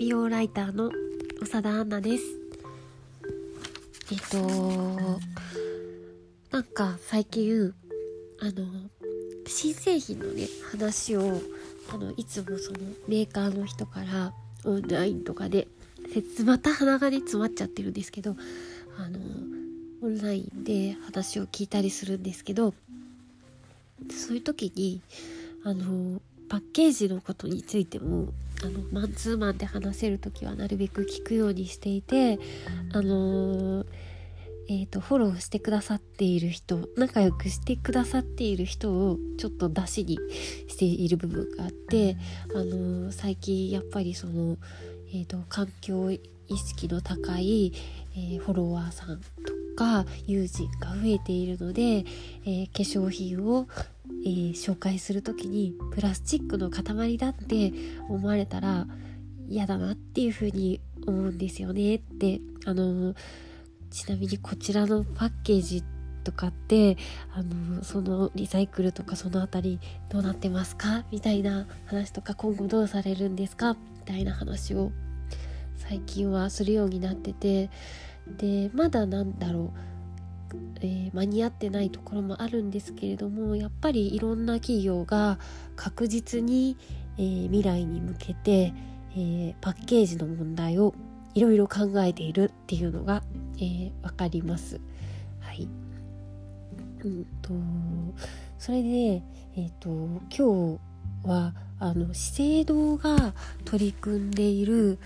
美容ライターの長田杏奈です。なんか最近新製品のね話をいつもそのメーカーの人からオンラインとかでまた鼻がね詰まっちゃってるんですけどオンラインで話を聞いたりするんですけど、そういう時にパッケージのことについてもマンツーマンで話せるときはなるべく聞くようにしていて、フォローしてくださっている人、仲良くしてくださっている人をちょっと出しにしている部分があって、最近やっぱりその、環境意識の高い、フォロワーさんとか友人が増えているので、化粧品を紹介するときにプラスチックの塊だって思われたら嫌だなっていうふうに思うんですよねって。ちなみにこちらのパッケージとかってそのリサイクルとかそのあたりどうなってますかみたいな話とか、今後どうされるんですかみたいな話を最近はするようになってて、でまだ間に合ってないところもあるんですけれども、やっぱりいろんな企業が確実に、未来に向けて、パッケージの問題をいろいろ考えているっていうのが、わかります。はい。それで、今日は資生堂が取り組んでいる、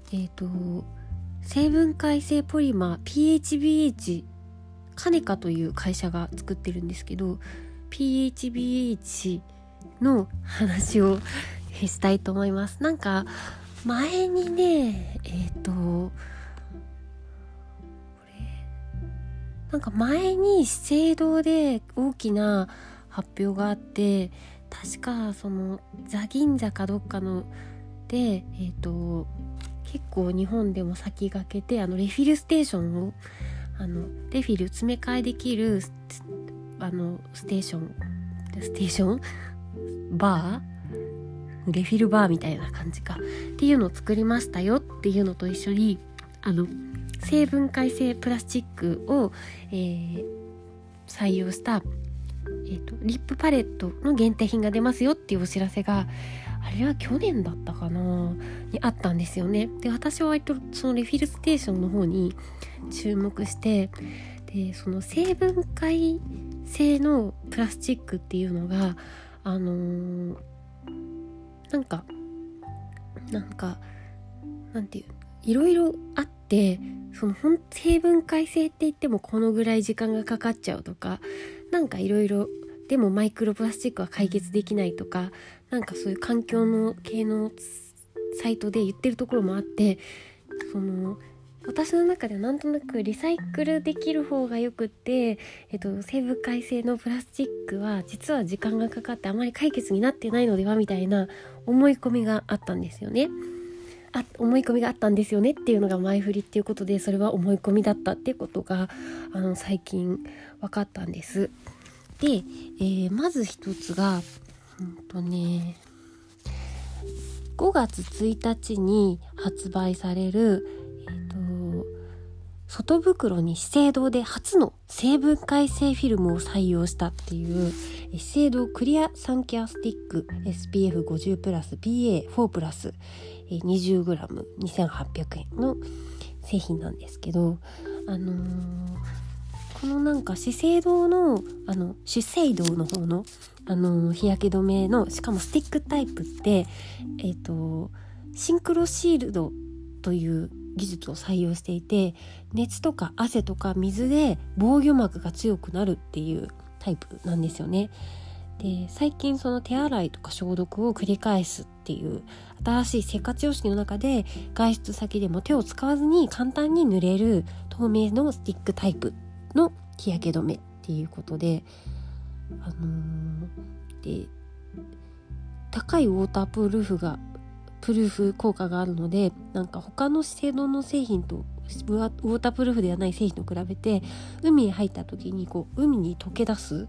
成分解性ポリマー PHBH カネカという会社が作ってるんですけど、 PHBH の話をしたいと思います。なんか前にね資生堂で大きな発表があって、確かそのザ銀座かどっかので結構日本でも先駆けてレフィルステーションをレフィル詰め替えできるステーションバー、レフィルバーみたいな感じかっていうのを作りましたよっていうのと一緒に成分解性プラスチックを、採用した、リップパレットの限定品が出ますよっていうお知らせが、あれは去年だったかなにあったんですよね。で、私は割とそのレフィルステーションの方に注目して、でその成分解性のプラスチックっていうのがなんていういろいろあって、その成分解性って言ってもこのぐらい時間がかかっちゃうとか、なんかいろいろでもマイクロプラスチックは解決できないとか、なんかそういう環境の系のサイトで言ってるところもあって、私の中ではなんとなくリサイクルできる方がよくって、成分解性のプラスチックは実は時間がかかってあまり解決になってないのではみたいな思い込みがあったんですよね。っていうのが前振りっていうことで、それは思い込みだったっていうことが最近分かったんです。で、まず一つが5月1日に発売される、外袋に資生堂で初の成分解性フィルムを採用したっていう資生堂クリアサンケアスティック SPF50 プラス PA4 プラス 20g2800 円の製品なんですけど、このなんか資生堂の方の日焼け止めのしかもスティックタイプってシンクロシールドという技術を採用していて、熱とか汗とか水で防御膜が強くなるっていうタイプなんですよね。で、最近その手洗いとか消毒を繰り返すっていう新しい生活様式の中で、外出先でも手を使わずに簡単に塗れる透明のスティックタイプの日焼け止めっていうことで、で高いウォータープルーフ効果があるので、なんか他の資生堂の製品とウォータープルーフではない製品と比べて、海に入った時に海に溶け出す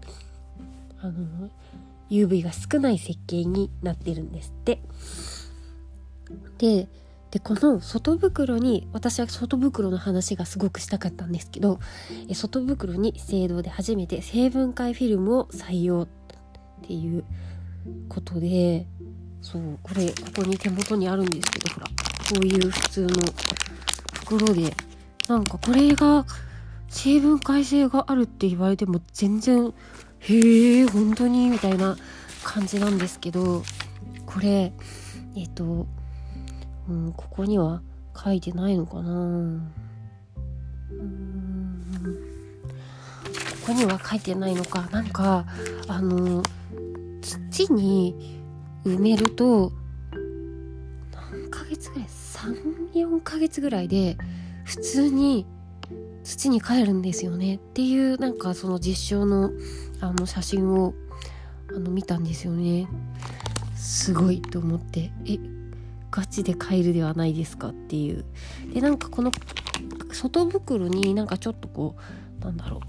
UV が少ない設計になってるんですって。ででこの外袋に、私は外袋の話がすごくしたかったんですけど、外袋に資生堂で初めて成分解フィルムを採用っていうことで、そうこれここに手元にあるんですけど、ほらこういう普通の袋で、なんかこれが成分解性があるって言われても全然へー本当にみたいな感じなんですけど、これここには書いてないのかな、ここには書いてないのか、なんか土に埋めると何ヶ月ぐらい、3-4ヶ月ぐらいで普通に土に帰るんですよねっていう、なんかその実証の写真を見たんですよね。すごいと思って、ガチで帰るではないですかっていう。でなんかこの外袋になんかちょっとこうなんていうのか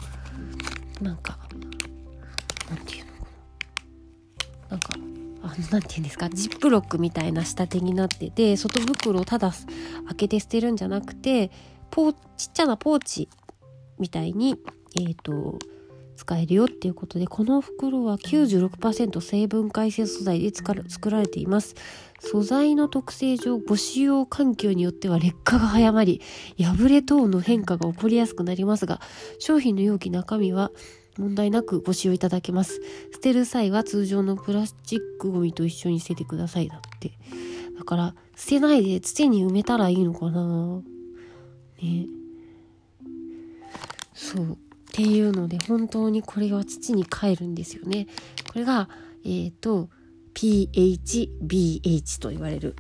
な、なんていうんですか、ジップロックみたいな仕立てになってて、外袋をただ開けて捨てるんじゃなくて、ちっちゃなポーチみたいに使えるよっていうことで、この袋は 96% 成分解性素材で作られています。素材の特性上、ご使用環境によっては劣化が早まり、破れ等の変化が起こりやすくなりますが、商品の容器中身は問題なくご使用いただけます。捨てる際は通常のプラスチックゴミと一緒に捨ててくださいだって。だから捨てないで土に埋めたらいいのかなね。そうっていうので、本当にこれは土に帰るんですよね。これがPHBH と言われる、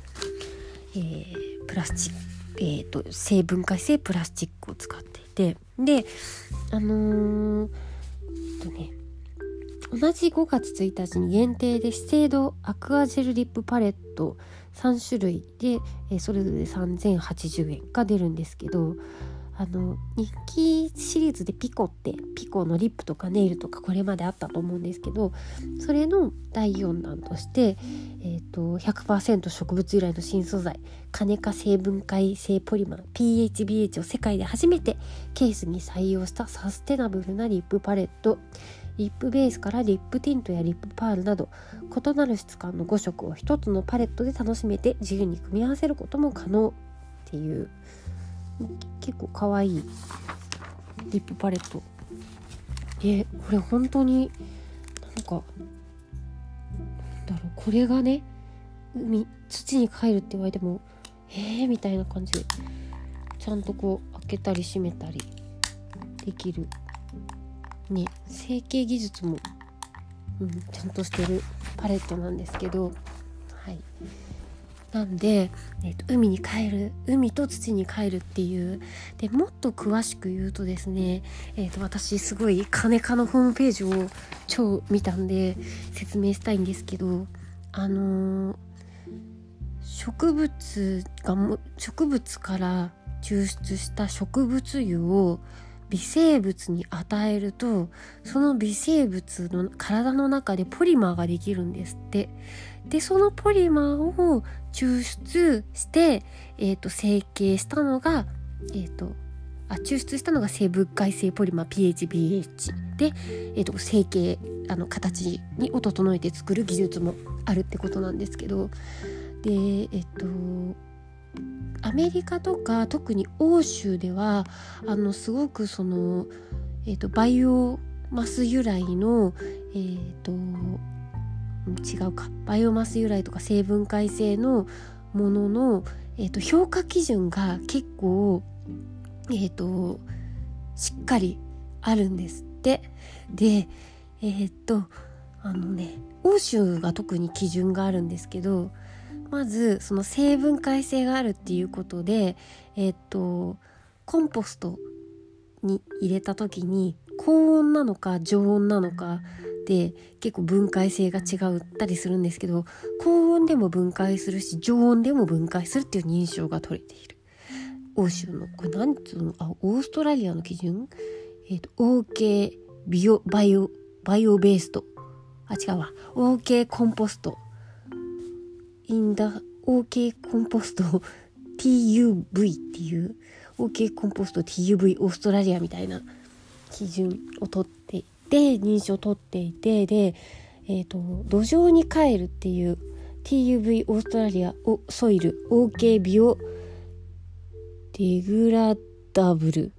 プラスチック、成分解性プラスチックを使っていて、で同じ5月1日に限定で資生堂アクアジェルリップパレット3種類で、それぞれ3080円が出るんですけど、日記シリーズでピコのリップとかネイルとかこれまであったと思うんですけど、それの第4弾として、100% 植物由来の新素材カネカ成分解性ポリマー PHBH を世界で初めてケースに採用したサステナブルなリップパレット。リップベースからリップティントやリップパールなど異なる質感の5色を一つのパレットで楽しめて、自由に組み合わせることも可能っていう、結構可愛いリップパレットで、これ本当にこれがね、土に帰るって言われてもみたいな感じで、ちゃんとこう開けたり閉めたりできるね、成形技術も、ちゃんとしてるパレットなんですけど、はい。なんで、海と土に帰るっていう。でもっと詳しく言うとですね、私すごいカネカのホームページを超見たんで説明したいんですけど、植物から抽出した植物油を微生物に与えると、その微生物の体の中でポリマーができるんですって。でそのポリマーを抽出して、成形したのが抽出したのが成分解性ポリマー PHBH で、成形形を整えて作る技術もあるってことなんですけど、でアメリカとか特に欧州ではすごくその、バイオマス由来のバイオマス由来とか成分解性のものの、評価基準が結構しっかりあるんですって。で欧州が特に基準があるんですけど、まずその成分解性があるっていうことで、コンポストに入れた時に高温なのか常温なのかで結構分解性が違ったりするんですけど、高温でも分解するし常温でも分解するっていう認証が取れている。欧州のこれなんていうの、オーストラリアの基準、OK バイオベースト、OK コンポストin the OK コンポスト TUV っていう OK コンポスト TUV オーストラリアみたいな基準を取っていて、認証を取っていて、で、土壌に帰るっていう TUV オーストラリアソイル OK ビオデグラダブル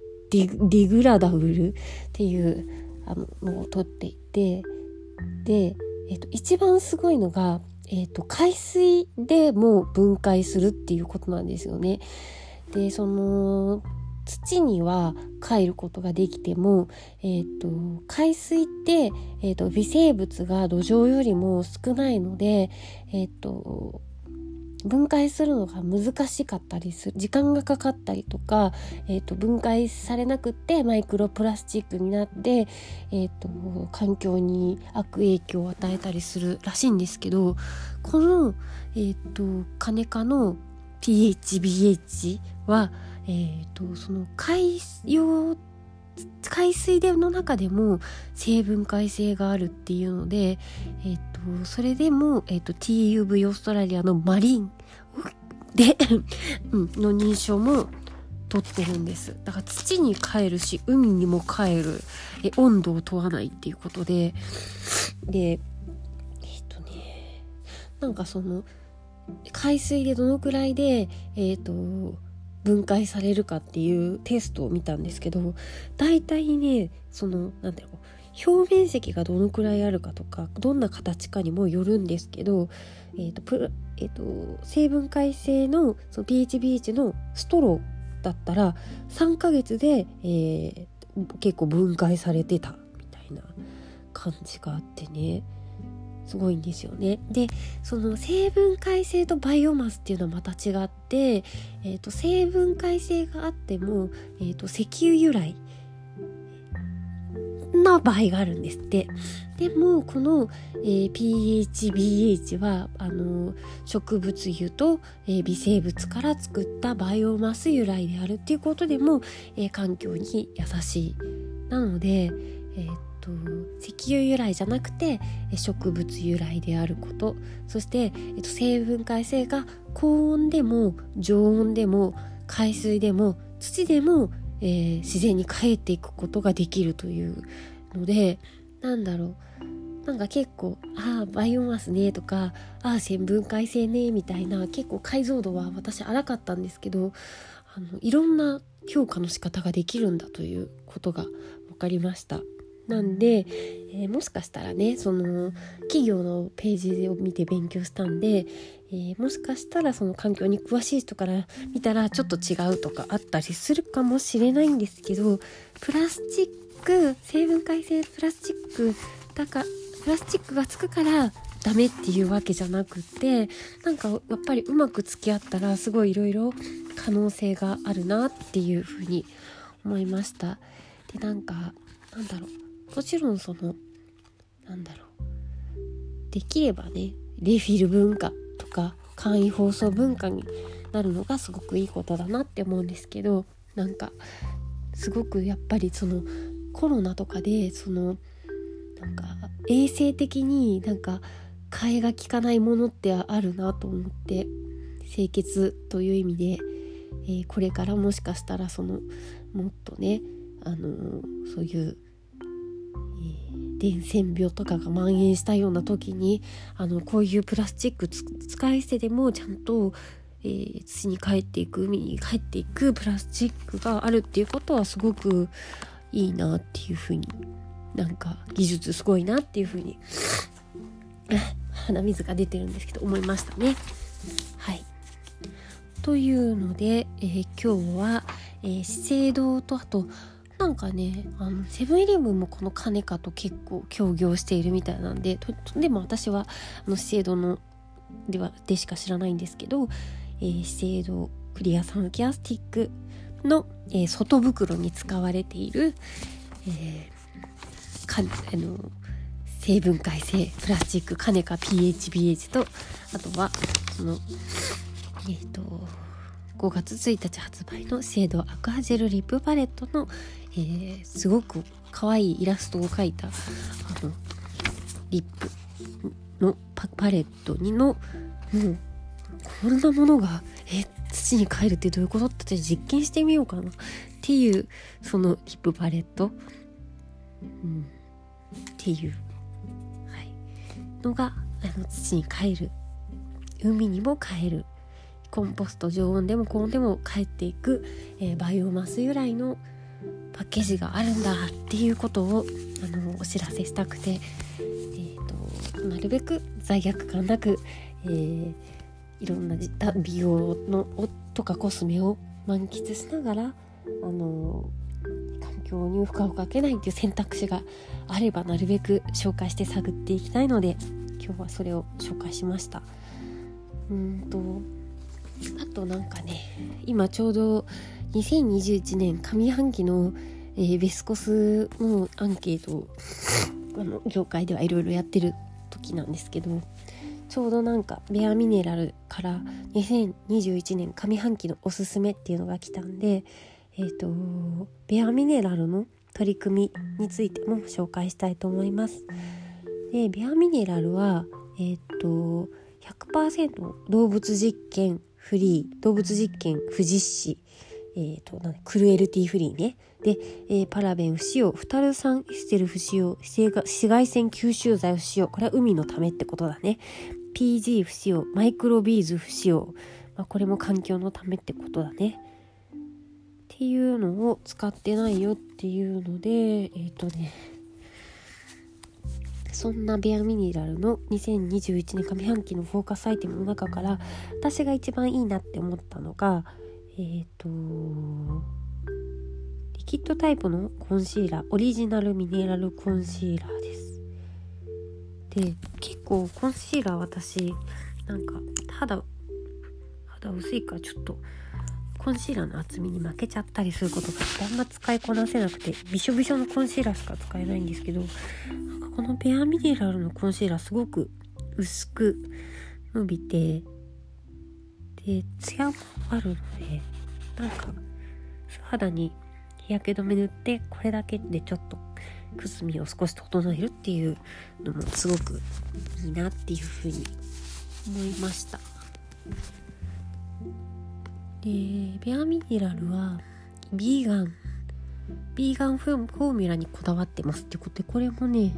っていうのを取っていて、で、一番すごいのが、海水でも分解するっていうことなんですよね。で、その土には帰ることができても、海水って、微生物が土壌よりも少ないので、分解するのが難しかったりする、時間がかかったりとか、分解されなくってマイクロプラスチックになって、環境に悪影響を与えたりするらしいんですけど、この、カネカの pH、BH は、その海水の中でも成分解性があるっていうので、それでも、TUV オーストラリアのマリンでの認証も取ってるんです。だから土に帰るし海にも帰る、温度を問わないっていうことで、なんかその海水でどのくらいで分解されるかっていうテストを見たんですけど、だいたいね、その表面積がどのくらいあるかとかどんな形かにもよるんですけど、成分解性のその pH、BH のストローだったら3ヶ月で、結構分解されてたみたいな感じがあってね、すごいんですよね。で、その成分解性とバイオマスっていうのはまた違って、成分解性があっても、石油由来な場合があるんですって。でもこの、pH、BH は植物油と、微生物から作ったバイオマス由来であるっていうことでも、環境に優しい。なので、石油由来じゃなくて植物由来であること、そして、成分解性が高温でも常温でも海水でも土でも、自然に帰っていくことができるというので、なんか結構バイオマスねとか成分解性ねみたいな、結構解像度は私荒かったんですけど、いろんな評価の仕方ができるんだということが分かりました。なんで、もしかしたらね、その企業のページを見て勉強したんで、もしかしたらその環境に詳しい人から見たらちょっと違うとかあったりするかもしれないんですけど、成分解性プラスチックプラスチックがつくからダメっていうわけじゃなくて、なんかやっぱりうまく付き合ったらすごいいろいろ可能性があるなっていうふうに思いました。で、もちろんできればね、レフィル文化とか簡易包装文化になるのがすごくいいことだなって思うんですけど、すごくやっぱりそのコロナとかで衛生的に替えが利かないものってあるなと思って、清潔という意味で、これからもしかしたらもっとね、そういう伝染病とかが蔓延したような時にこういうプラスチック使い捨てでもちゃんと、土に帰っていく、海に帰っていくプラスチックがあるっていうことはすごくいいなっていうふうに、技術すごいなっていうふうに鼻水が出てるんですけど思いましたね。はい。というので、今日は、資生堂とあとセブンイレブンもこのカネカと結構協業しているみたいなんで、でも私は資生堂のでしか知らないんですけど、資生堂クリアサムケアスティックの、外袋に使われている、成分解性プラスチックカネカ pH、BH と、あとは5月1日発売の資生堂アクアジェルリップパレットの、すごく可愛いイラストを描いたリップのパレットのもうそんなものが土に帰るってどういうことって実験してみようかなっていうそのリップパレット、っていう、のが土に帰る、海にも帰る、コンポスト常温でも高温でも帰っていく、バイオマス由来のパッケージがあるんだっていうことをお知らせしたくて、なるべく罪悪感なく、いろんな美容のとかコスメを満喫しながら環境に負荷をかけないっていう選択肢があればなるべく紹介して探っていきたいので、今日はそれを紹介しました。あとなんかね、今ちょうど2021年上半期の、ベスコスのアンケートを業界ではいろいろやってる時なんですけど、ちょうどなんかベアミネラルから2021年上半期のおすすめっていうのが来たんで、ベアミネラルの取り組みについても紹介したいと思います。でベアミネラルは100% 動物実験フリー、動物実験不実施、クルエルティフリーね。で、パラベン不使用、フタル酸エステル不使用、紫外線吸収剤不使用、これは海のためってことだね。PG 不使用、マイクロビーズ不使用、これも環境のためってことだね。っていうのを使ってないよっていうので、そんなベアミネラルの2021年上半期のフォーカスアイテムの中から私が一番いいなって思ったのがリキッドタイプのコンシーラー、オリジナルミネラルコンシーラーです。で結構コンシーラー私なんか肌薄いからちょっとコンシーラーの厚みに負けちゃったりすることがあって、あんま使いこなせなくてびしょびしょのコンシーラーしか使えないんですけど、なんかこのベアミネラルのコンシーラーすごく薄く伸びて、でツヤもあるので、なんか肌に日焼け止め塗ってこれだけでちょっとくすみを少し整えるっていうのもすごくいいなっていうふうに思いました。でベアミネラルはビーガンフォーミュラにこだわってますってことで、これもビ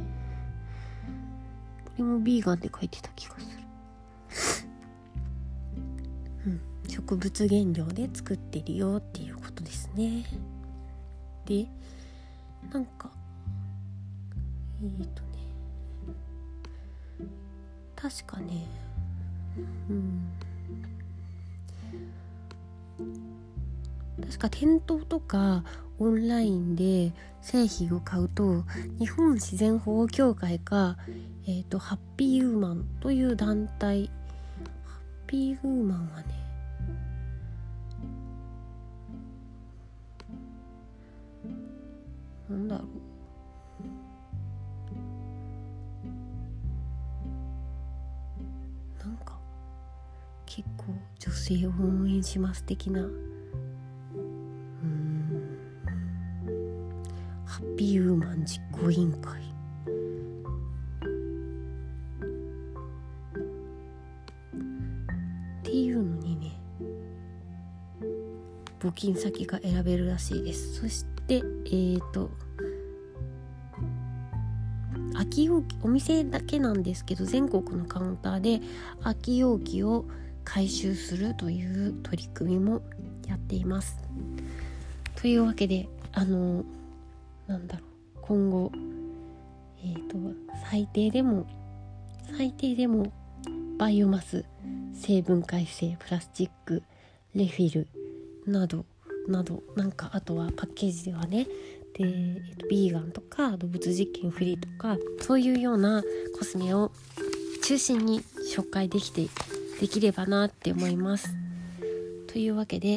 ーガンって書いてた気がする。植物原料で作ってるよっていうことですね。でなんか確かね確か店頭とかオンラインで製品を買うと日本自然保護協会か、ハッピーウーマンという団体、ハッピーウーマンはねなんだろう、なんか結構女性を応援します的なハッピーウーマン実行委員会っていうのにね募金先が選べるらしいです。そして空き容器、お店だけなんですけど全国のカウンターで空き容器を回収するという取り組みもやっています。というわけで今後最低でもバイオマス、生分解性プラスチック、レフィルなどなんかあとはパッケージではねで、ビーガンとか動物実験フリーとかそういうようなコスメを中心に紹介できればなって思います。というわけで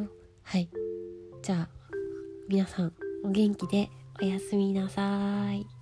じゃあ皆さんお元気でおやすみなさい。